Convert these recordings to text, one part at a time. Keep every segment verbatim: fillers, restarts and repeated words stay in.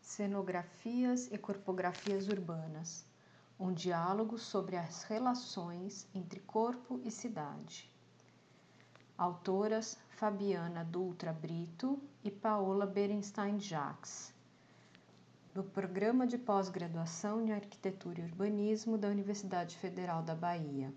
Cenografias e corpografias urbanas, um diálogo sobre as relações entre corpo e cidade. Autoras Fabiana Dutra Brito e Paola Berenstein-Jacques, do Programa de Pós-Graduação em Arquitetura e Urbanismo da Universidade Federal da Bahia.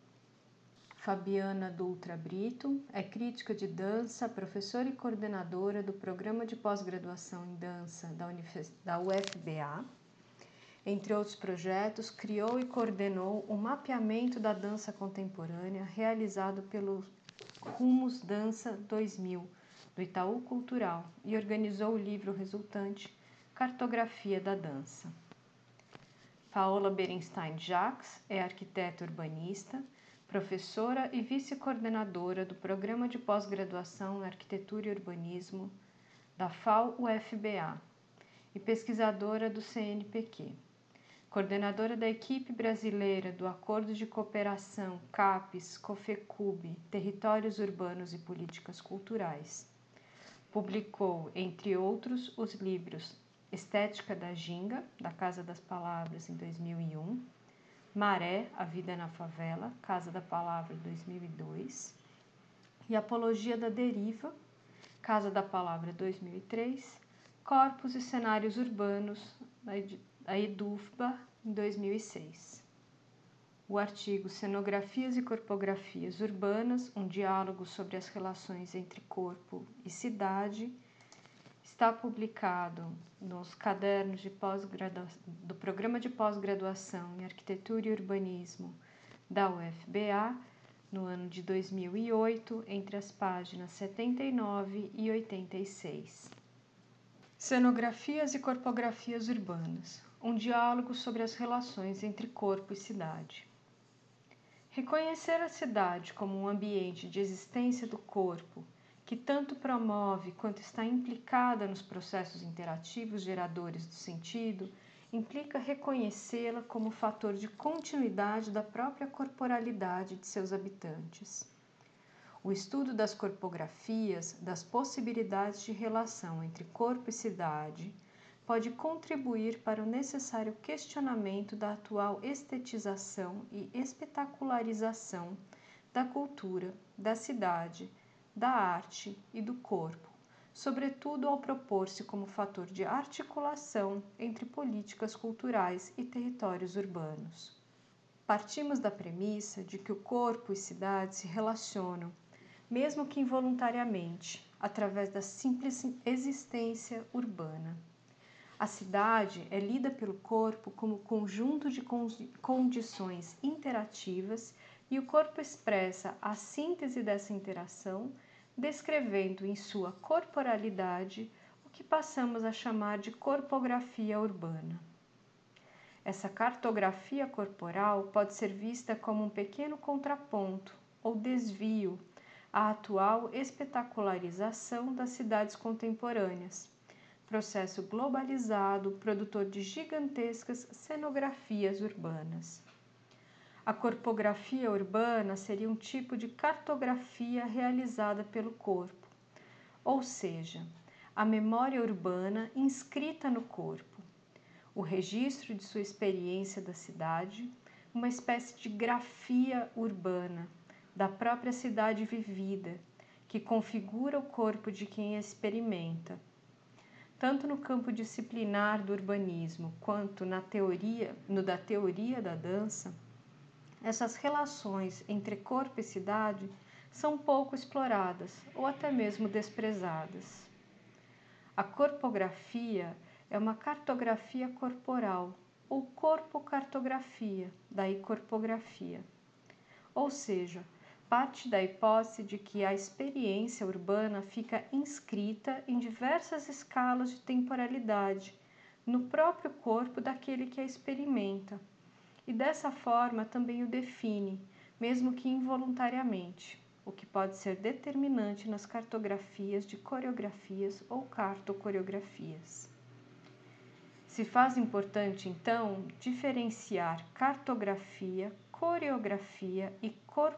Fabiana Dutra Brito é crítica de dança, professora e coordenadora do Programa de Pós-Graduação em Dança da U F B A. Entre outros projetos, criou e coordenou o mapeamento da dança contemporânea realizado pelo Rumos Dança dois mil, do Itaú Cultural, e organizou o livro resultante Cartografia da Dança. Paola Berenstein-Jacques é arquiteta urbanista, professora e vice-coordenadora do Programa de Pós-Graduação em Arquitetura e Urbanismo da F A U U F B A e pesquisadora do C N P Q, coordenadora da equipe brasileira do Acordo de Cooperação CAPES, COFECUB, Territórios Urbanos e Políticas Culturais. Publicou, entre outros, os livros Estética da Ginga, da Casa das Palavras, em dois mil e um, Maré, A Vida na Favela, Casa da Palavra, dois mil e dois, e Apologia da Deriva, Casa da Palavra, dois mil e três, Corpos e Cenários Urbanos, da EDUFBA, em dois mil e seis. O artigo Cenografias e Corpografias Urbanas, um diálogo sobre as relações entre corpo e cidade, está publicado nos cadernos de pós-graduação do Programa de Pós-Graduação em Arquitetura e Urbanismo da U F B A no ano de dois mil e oito, entre as páginas setenta e nove e oitenta e seis. Cenografias e Corpografias Urbanas, um diálogo sobre as relações entre corpo e cidade. Reconhecer a cidade como um ambiente de existência do corpo que tanto promove quanto está implicada nos processos interativos geradores do sentido, implica reconhecê-la como fator de continuidade da própria corporalidade de seus habitantes. O estudo das corpografias, das possibilidades de relação entre corpo e cidade, pode contribuir para o necessário questionamento da atual estetização e espetacularização da cultura, da cidade, da arte e do corpo, sobretudo ao propor-se como fator de articulação entre políticas culturais e territórios urbanos. Partimos da premissa de que o corpo e cidade se relacionam, mesmo que involuntariamente, através da simples existência urbana. A cidade é lida pelo corpo como conjunto de condições interativas e o corpo expressa a síntese dessa interação, descrevendo em sua corporalidade o que passamos a chamar de corpografia urbana. Essa cartografia corporal pode ser vista como um pequeno contraponto ou desvio à atual espetacularização das cidades contemporâneas, processo globalizado, produtor de gigantescas cenografias urbanas. A corpografia urbana seria um tipo de cartografia realizada pelo corpo, ou seja, a memória urbana inscrita no corpo, o registro de sua experiência da cidade, uma espécie de grafia urbana da própria cidade vivida, que configura o corpo de quem a experimenta. Tanto no campo disciplinar do urbanismo quanto na teoria, no da teoria da dança, essas relações entre corpo e cidade são pouco exploradas ou até mesmo desprezadas. A corpografia é uma cartografia corporal ou corpocartografia, daí corpografia. Ou seja, parte da hipótese de que a experiência urbana fica inscrita em diversas escalas de temporalidade no próprio corpo daquele que a experimenta, e dessa forma também o define, mesmo que involuntariamente, o que pode ser determinante nas cartografias de coreografias ou cartocoreografias. Se faz importante, então, diferenciar cartografia, coreografia e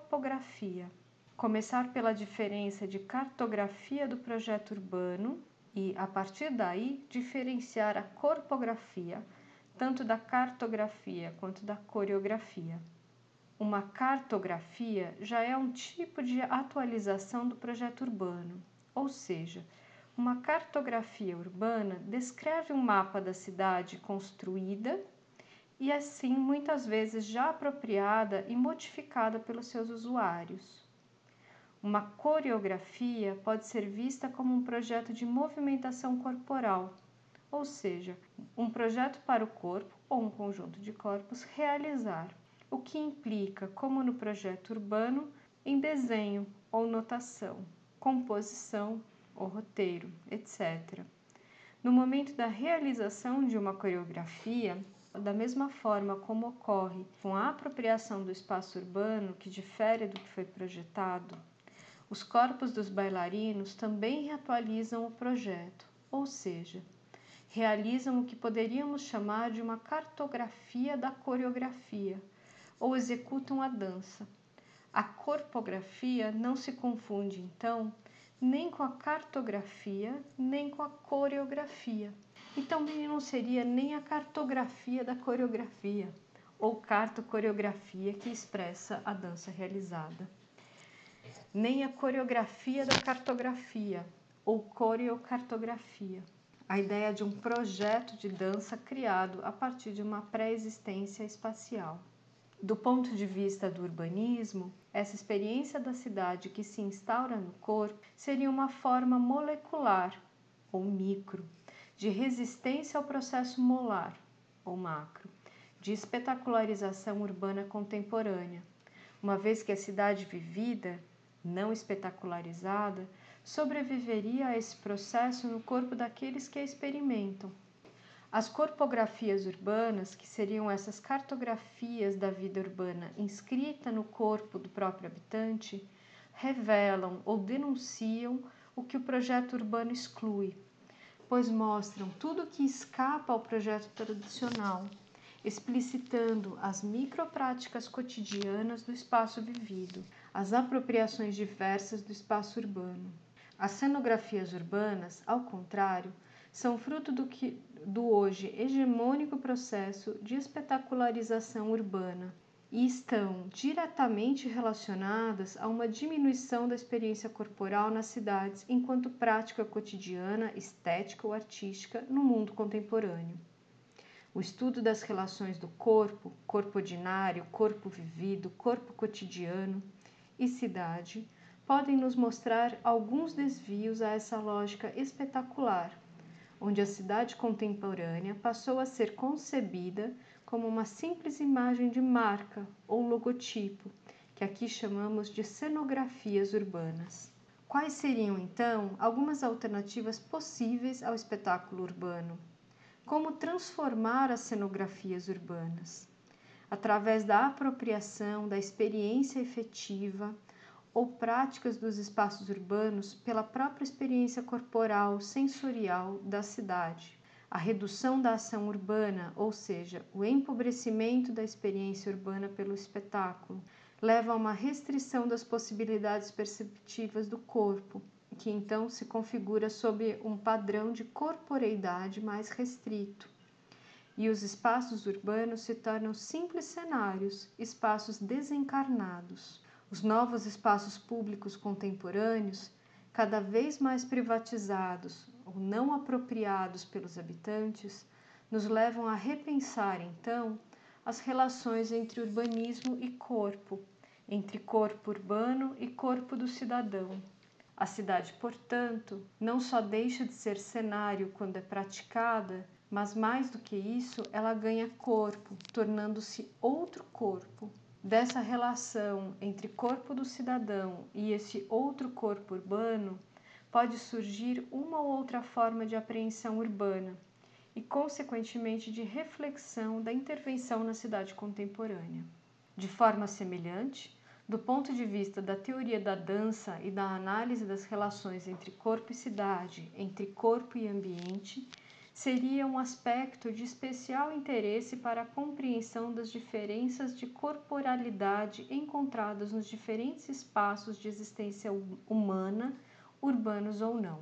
corpografia. Começar pela diferença de cartografia do projeto urbano e, a partir daí, diferenciar a corpografia, tanto da cartografia quanto da coreografia. Uma cartografia já é um tipo de atualização do projeto urbano, ou seja, uma cartografia urbana descreve um mapa da cidade construída e, assim, muitas vezes já apropriada e modificada pelos seus usuários. Uma coreografia pode ser vista como um projeto de movimentação corporal, ou seja, um projeto para o corpo ou um conjunto de corpos realizar, o que implica, como no projeto urbano, em desenho ou notação, composição ou roteiro, etcétera. No momento da realização de uma coreografia, da mesma forma como ocorre com a apropriação do espaço urbano, que difere do que foi projetado, os corpos dos bailarinos também atualizam o projeto, ou seja, realizam o que poderíamos chamar de uma cartografia da coreografia, ou executam a dança. A corpografia não se confunde, então, nem com a cartografia, nem com a coreografia. E também não seria nem a cartografia da coreografia, ou cartocoreografia que expressa a dança realizada. Nem a coreografia da cartografia, ou coreocartografia. A ideia de um projeto de dança criado a partir de uma pré-existência espacial. Do ponto de vista do urbanismo, essa experiência da cidade que se instaura no corpo seria uma forma molecular, ou micro, de resistência ao processo molar, ou macro, de espetacularização urbana contemporânea, uma vez que a cidade vivida, não espetacularizada, sobreviveria a esse processo no corpo daqueles que a experimentam. As corpografias urbanas, que seriam essas cartografias da vida urbana inscrita no corpo do próprio habitante, revelam ou denunciam o que o projeto urbano exclui, pois mostram tudo o que escapa ao projeto tradicional, explicitando as micropráticas cotidianas do espaço vivido, as apropriações diversas do espaço urbano. As cenografias urbanas, ao contrário, são fruto do, que, do hoje hegemônico processo de espetacularização urbana e estão diretamente relacionadas a uma diminuição da experiência corporal nas cidades enquanto prática cotidiana, estética ou artística no mundo contemporâneo. O estudo das relações do corpo, corpo ordinário, corpo vivido, corpo cotidiano e cidade podem nos mostrar alguns desvios a essa lógica espetacular, onde a cidade contemporânea passou a ser concebida como uma simples imagem de marca ou logotipo, que aqui chamamos de cenografias urbanas. Quais seriam, então, algumas alternativas possíveis ao espetáculo urbano? Como transformar as cenografias urbanas? Através da apropriação da experiência efetiva ou práticas dos espaços urbanos pela própria experiência corporal, sensorial da cidade. A redução da ação urbana, ou seja, o empobrecimento da experiência urbana pelo espetáculo, leva a uma restrição das possibilidades perceptivas do corpo, que então se configura sob um padrão de corporeidade mais restrito. E os espaços urbanos se tornam simples cenários, espaços desencarnados. Os novos espaços públicos contemporâneos, cada vez mais privatizados ou não apropriados pelos habitantes, nos levam a repensar, então, as relações entre urbanismo e corpo, entre corpo urbano e corpo do cidadão. A cidade, portanto, não só deixa de ser cenário quando é praticada, mas mais do que isso, ela ganha corpo, tornando-se outro corpo. Dessa relação entre corpo do cidadão e esse outro corpo urbano, pode surgir uma ou outra forma de apreensão urbana e, consequentemente, de reflexão da intervenção na cidade contemporânea. De forma semelhante, do ponto de vista da teoria da dança e da análise das relações entre corpo e cidade, entre corpo e ambiente, seria um aspecto de especial interesse para a compreensão das diferenças de corporalidade encontradas nos diferentes espaços de existência humana, urbanos ou não.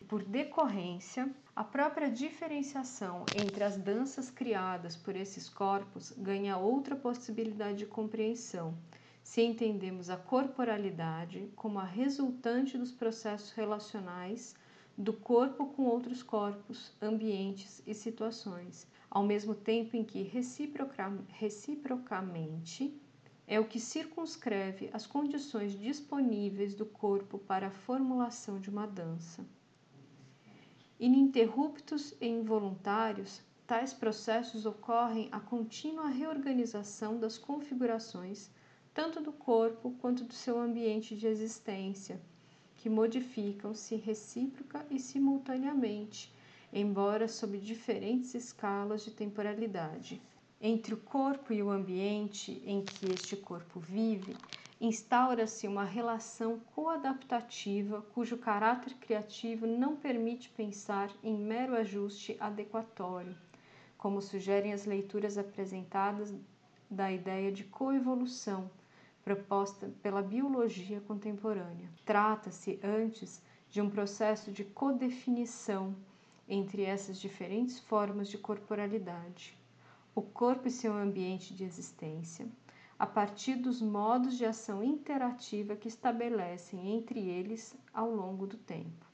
Por decorrência, a própria diferenciação entre as danças criadas por esses corpos ganha outra possibilidade de compreensão, se entendemos a corporalidade como a resultante dos processos relacionais do corpo com outros corpos, ambientes e situações, ao mesmo tempo em que reciproca- reciprocamente é o que circunscreve as condições disponíveis do corpo para a formulação de uma dança. Ininterruptos e involuntários, tais processos ocorrem à contínua reorganização das configurações, tanto do corpo quanto do seu ambiente de existência, que modificam-se recíproca e simultaneamente, embora sob diferentes escalas de temporalidade. Entre o corpo e o ambiente em que este corpo vive, instaura-se uma relação coadaptativa cujo caráter criativo não permite pensar em mero ajuste adequatório, como sugerem as leituras apresentadas da ideia de coevolução proposta pela biologia contemporânea. Trata-se, antes, de um processo de codefinição entre essas diferentes formas de corporalidade, o corpo e seu ambiente de existência, a partir dos modos de ação interativa que estabelecem entre eles ao longo do tempo.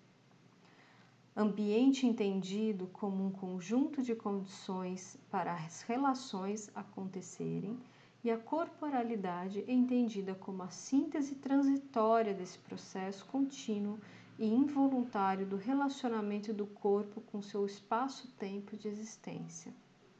Ambiente entendido como um conjunto de condições para as relações acontecerem e a corporalidade entendida como a síntese transitória desse processo contínuo e involuntário do relacionamento do corpo com seu espaço-tempo de existência.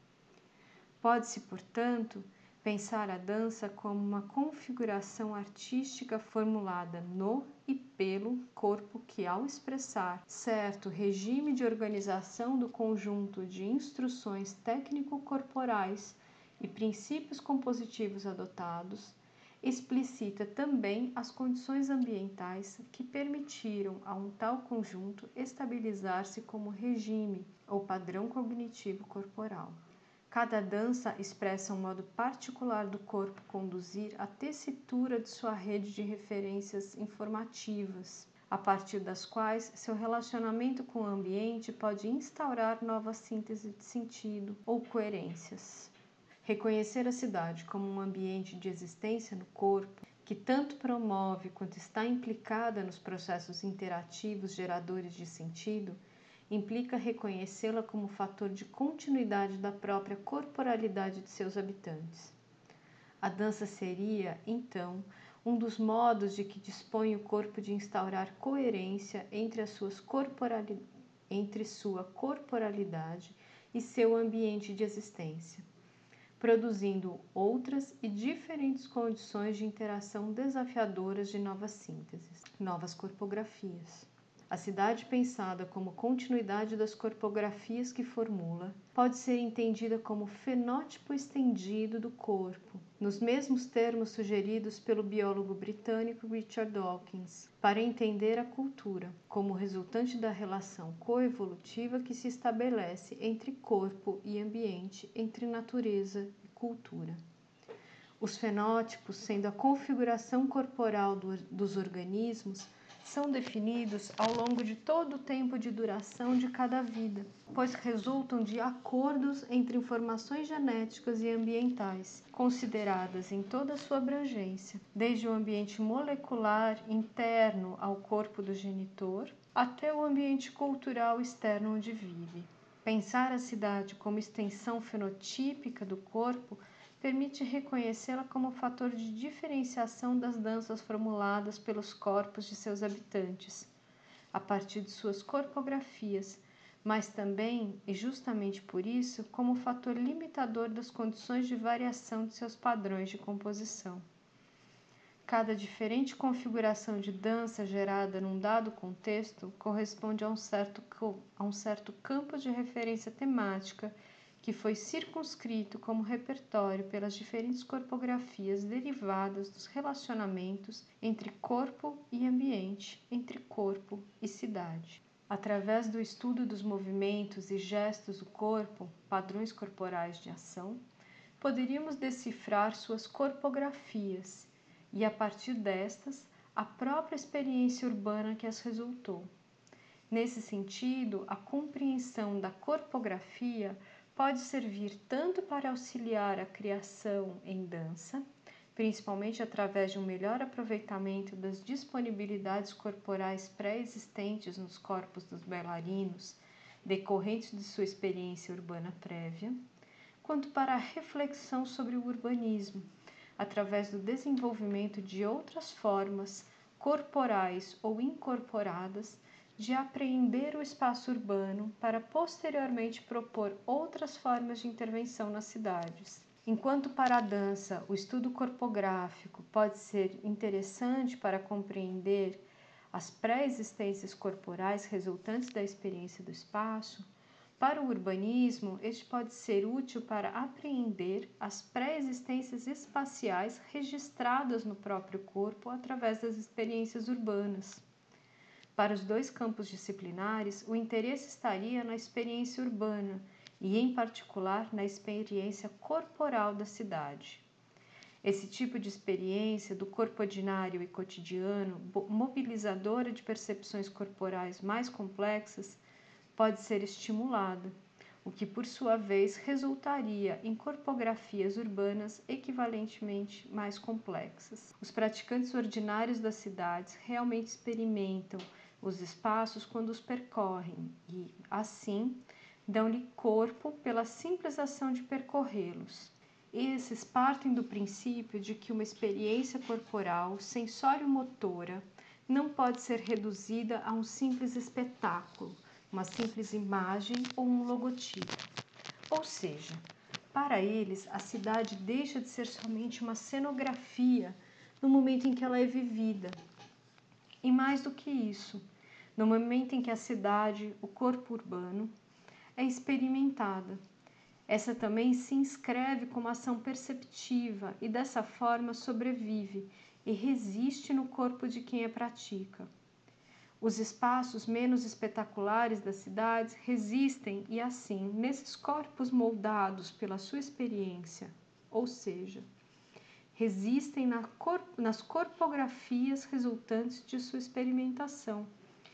Pode-se, portanto, pensar a dança como uma configuração artística formulada no e pelo corpo que, ao expressar certo regime de organização do conjunto de instruções técnico-corporais e princípios compositivos adotados, explicita também as condições ambientais que permitiram a um tal conjunto estabilizar-se como regime ou padrão cognitivo corporal. Cada dança expressa um modo particular do corpo conduzir a tessitura de sua rede de referências informativas, a partir das quais seu relacionamento com o ambiente pode instaurar nova síntese de sentido ou coerências. Reconhecer a cidade como um ambiente de existência no corpo, que tanto promove quanto está implicada nos processos interativos geradores de sentido, implica reconhecê-la como fator de continuidade da própria corporalidade de seus habitantes. A dança seria, então, um dos modos de que dispõe o corpo de instaurar coerência entre, as suas corporali- entre sua corporalidade e seu ambiente de existência, produzindo outras e diferentes condições de interação desafiadoras de novas sínteses, novas corpografias. A cidade pensada como continuidade das corpografias que formula, pode ser entendida como fenótipo estendido do corpo, nos mesmos termos sugeridos pelo biólogo britânico Richard Dawkins, para entender a cultura, como resultante da relação coevolutiva que se estabelece entre corpo e ambiente, entre natureza e cultura. Os fenótipos, sendo a configuração corporal do, dos organismos, são definidos ao longo de todo o tempo de duração de cada vida, pois resultam de acordos entre informações genéticas e ambientais, consideradas em toda a sua abrangência, desde o ambiente molecular interno ao corpo do genitor, até o ambiente cultural externo onde vive. Pensar a cidade como extensão fenotípica do corpo permite reconhecê-la como fator de diferenciação das danças formuladas pelos corpos de seus habitantes, a partir de suas corpografias, mas também, e justamente por isso, como fator limitador das condições de variação de seus padrões de composição. Cada diferente configuração de dança gerada num dado contexto corresponde a um certo, a um certo campo de referência temática que foi circunscrito como repertório pelas diferentes corpografias derivadas dos relacionamentos entre corpo e ambiente, entre corpo e cidade. Através do estudo dos movimentos e gestos do corpo, padrões corporais de ação, poderíamos decifrar suas corpografias e, a partir destas, a própria experiência urbana que as resultou. Nesse sentido, a compreensão da corpografia pode servir tanto para auxiliar a criação em dança, principalmente através de um melhor aproveitamento das disponibilidades corporais pré-existentes nos corpos dos bailarinos, decorrentes de sua experiência urbana prévia, quanto para a reflexão sobre o urbanismo, através do desenvolvimento de outras formas corporais ou incorporadas de apreender o espaço urbano para posteriormente propor outras formas de intervenção nas cidades. Enquanto para a dança o estudo corpográfico pode ser interessante para compreender as pré-existências corporais resultantes da experiência do espaço, para o urbanismo este pode ser útil para apreender as pré-existências espaciais registradas no próprio corpo através das experiências urbanas. Para os dois campos disciplinares, o interesse estaria na experiência urbana e, em particular, na experiência corporal da cidade. Esse tipo de experiência do corpo ordinário e cotidiano, mobilizadora de percepções corporais mais complexas, pode ser estimulada, o que, por sua vez, resultaria em corpografias urbanas equivalentemente mais complexas. Os praticantes ordinários das cidades realmente experimentam os espaços quando os percorrem e, assim, dão-lhe corpo pela simples ação de percorrê-los. Esses partem do princípio de que uma experiência corporal sensório-motora não pode ser reduzida a um simples espetáculo, uma simples imagem ou um logotipo. Ou seja, para eles, a cidade deixa de ser somente uma cenografia no momento em que ela é vivida. E mais do que isso, no momento em que a cidade, o corpo urbano, é experimentada. Essa também se inscreve como ação perceptiva e dessa forma sobrevive e resiste no corpo de quem a pratica. Os espaços menos espetaculares das cidades resistem e assim nesses corpos moldados pela sua experiência, ou seja, resistem na cor, nas corpografias resultantes de sua experimentação.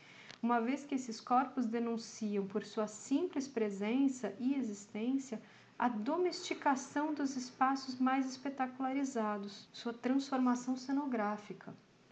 Uma vez que esses corpos denunciam por sua simples presença e existência a domesticação dos espaços mais espetacularizados, sua transformação cenográfica.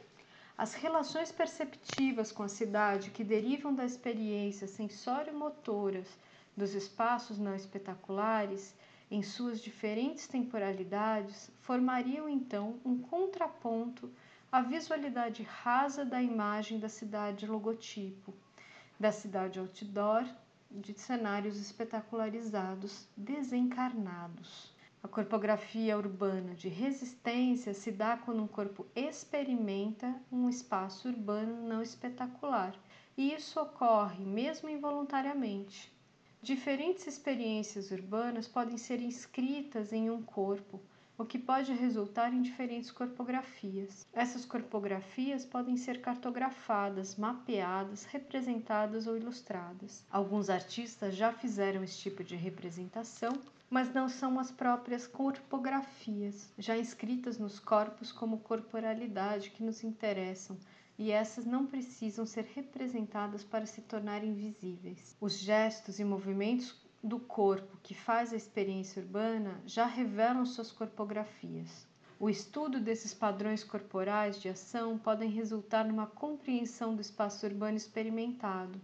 As relações perceptivas com a cidade que derivam da experiência sensório-motoras dos espaços não espetaculares em suas diferentes temporalidades formariam então um contraponto à visualidade rasa da imagem da cidade logotipo, da cidade outdoor, de cenários espetacularizados, desencarnados. A corpografia urbana de resistência se dá quando um corpo experimenta um espaço urbano não espetacular, e isso ocorre mesmo involuntariamente. Diferentes experiências urbanas podem ser inscritas em um corpo, o que pode resultar em diferentes corpografias. Essas corpografias podem ser cartografadas, mapeadas, representadas ou ilustradas. Alguns artistas já fizeram esse tipo de representação, mas não são as próprias corpografias, já inscritas nos corpos como corporalidade que nos interessam, e essas não precisam ser representadas para se tornarem visíveis. Os gestos e movimentos do corpo que faz a experiência urbana já revelam suas corpografias. O estudo desses padrões corporais de ação podem resultar numa compreensão do espaço urbano experimentado.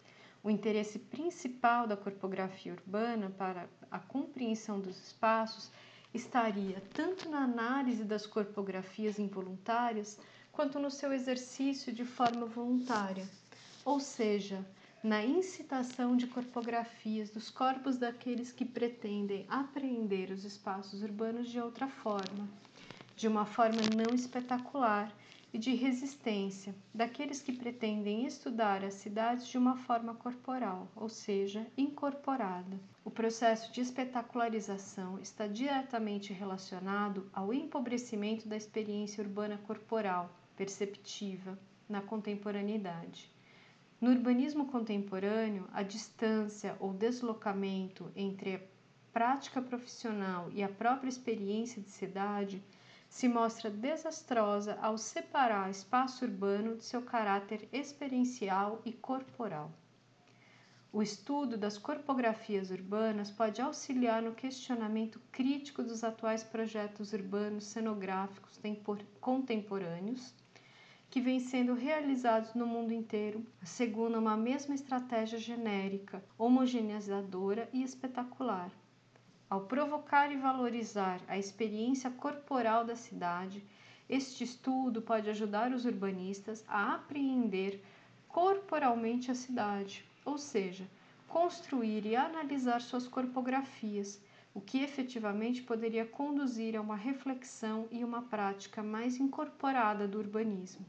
O interesse principal da corpografia urbana para a compreensão dos espaços estaria tanto na análise das corpografias involuntárias quanto no seu exercício de forma voluntária, ou seja, na incitação de corpografias dos corpos daqueles que pretendem apreender os espaços urbanos de outra forma, de uma forma não espetacular, e de resistência daqueles que pretendem estudar as cidades de uma forma corporal, ou seja, incorporada. O processo de espetacularização está diretamente relacionado ao empobrecimento da experiência urbana corporal, perceptiva, na contemporaneidade. No urbanismo contemporâneo, a distância ou deslocamento entre a prática profissional e a própria experiência de cidade se mostra desastrosa ao separar espaço urbano de seu caráter experiencial e corporal. O estudo das corpografias urbanas pode auxiliar no questionamento crítico dos atuais projetos urbanos cenográficos contemporâneos, que vêm sendo realizados no mundo inteiro, segundo uma mesma estratégia genérica, homogeneizadora e espetacular. Ao provocar e valorizar a experiência corporal da cidade, este estudo pode ajudar os urbanistas a apreender corporalmente a cidade, ou seja, construir e analisar suas corpografias, o que efetivamente poderia conduzir a uma reflexão e uma prática mais incorporada do urbanismo.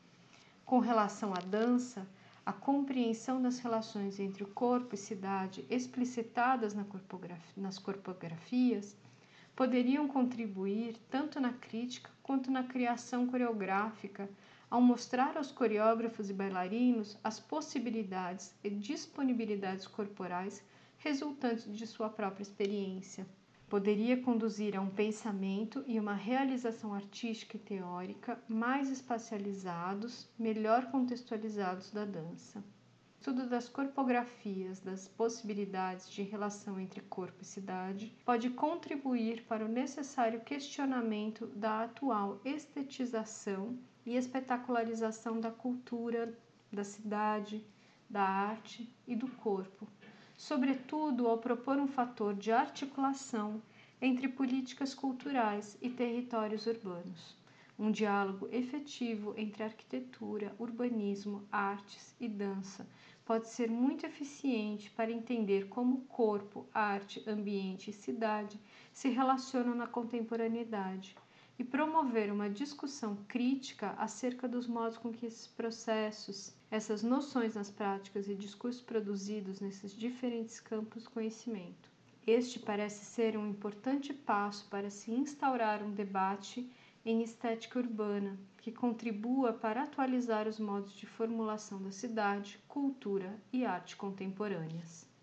Com relação à dança, a compreensão das relações entre o corpo e cidade explicitadas na corpografia, nas corpografias poderiam contribuir tanto na crítica quanto na criação coreográfica, ao mostrar aos coreógrafos e bailarinos as possibilidades e disponibilidades corporais resultantes de sua própria experiência. Poderia conduzir a um pensamento e uma realização artística e teórica mais espacializados, melhor contextualizados da dança. O estudo das corpografias, das possibilidades de relação entre corpo e cidade, pode contribuir para o necessário questionamento da atual estetização e espetacularização da cultura, da cidade, da arte e do corpo, sobretudo ao propor um fator de articulação entre políticas culturais e territórios urbanos, um diálogo efetivo entre arquitetura, urbanismo, artes e dança pode ser muito eficiente para entender como corpo, arte, ambiente e cidade se relacionam na contemporaneidade e promover uma discussão crítica acerca dos modos com que esses processos, essas noções nas práticas e discursos produzidos nesses diferentes campos do conhecimento. Este parece ser um importante passo para se instaurar um debate em estética urbana, que contribua para atualizar os modos de formulação da cidade, cultura e arte contemporâneas.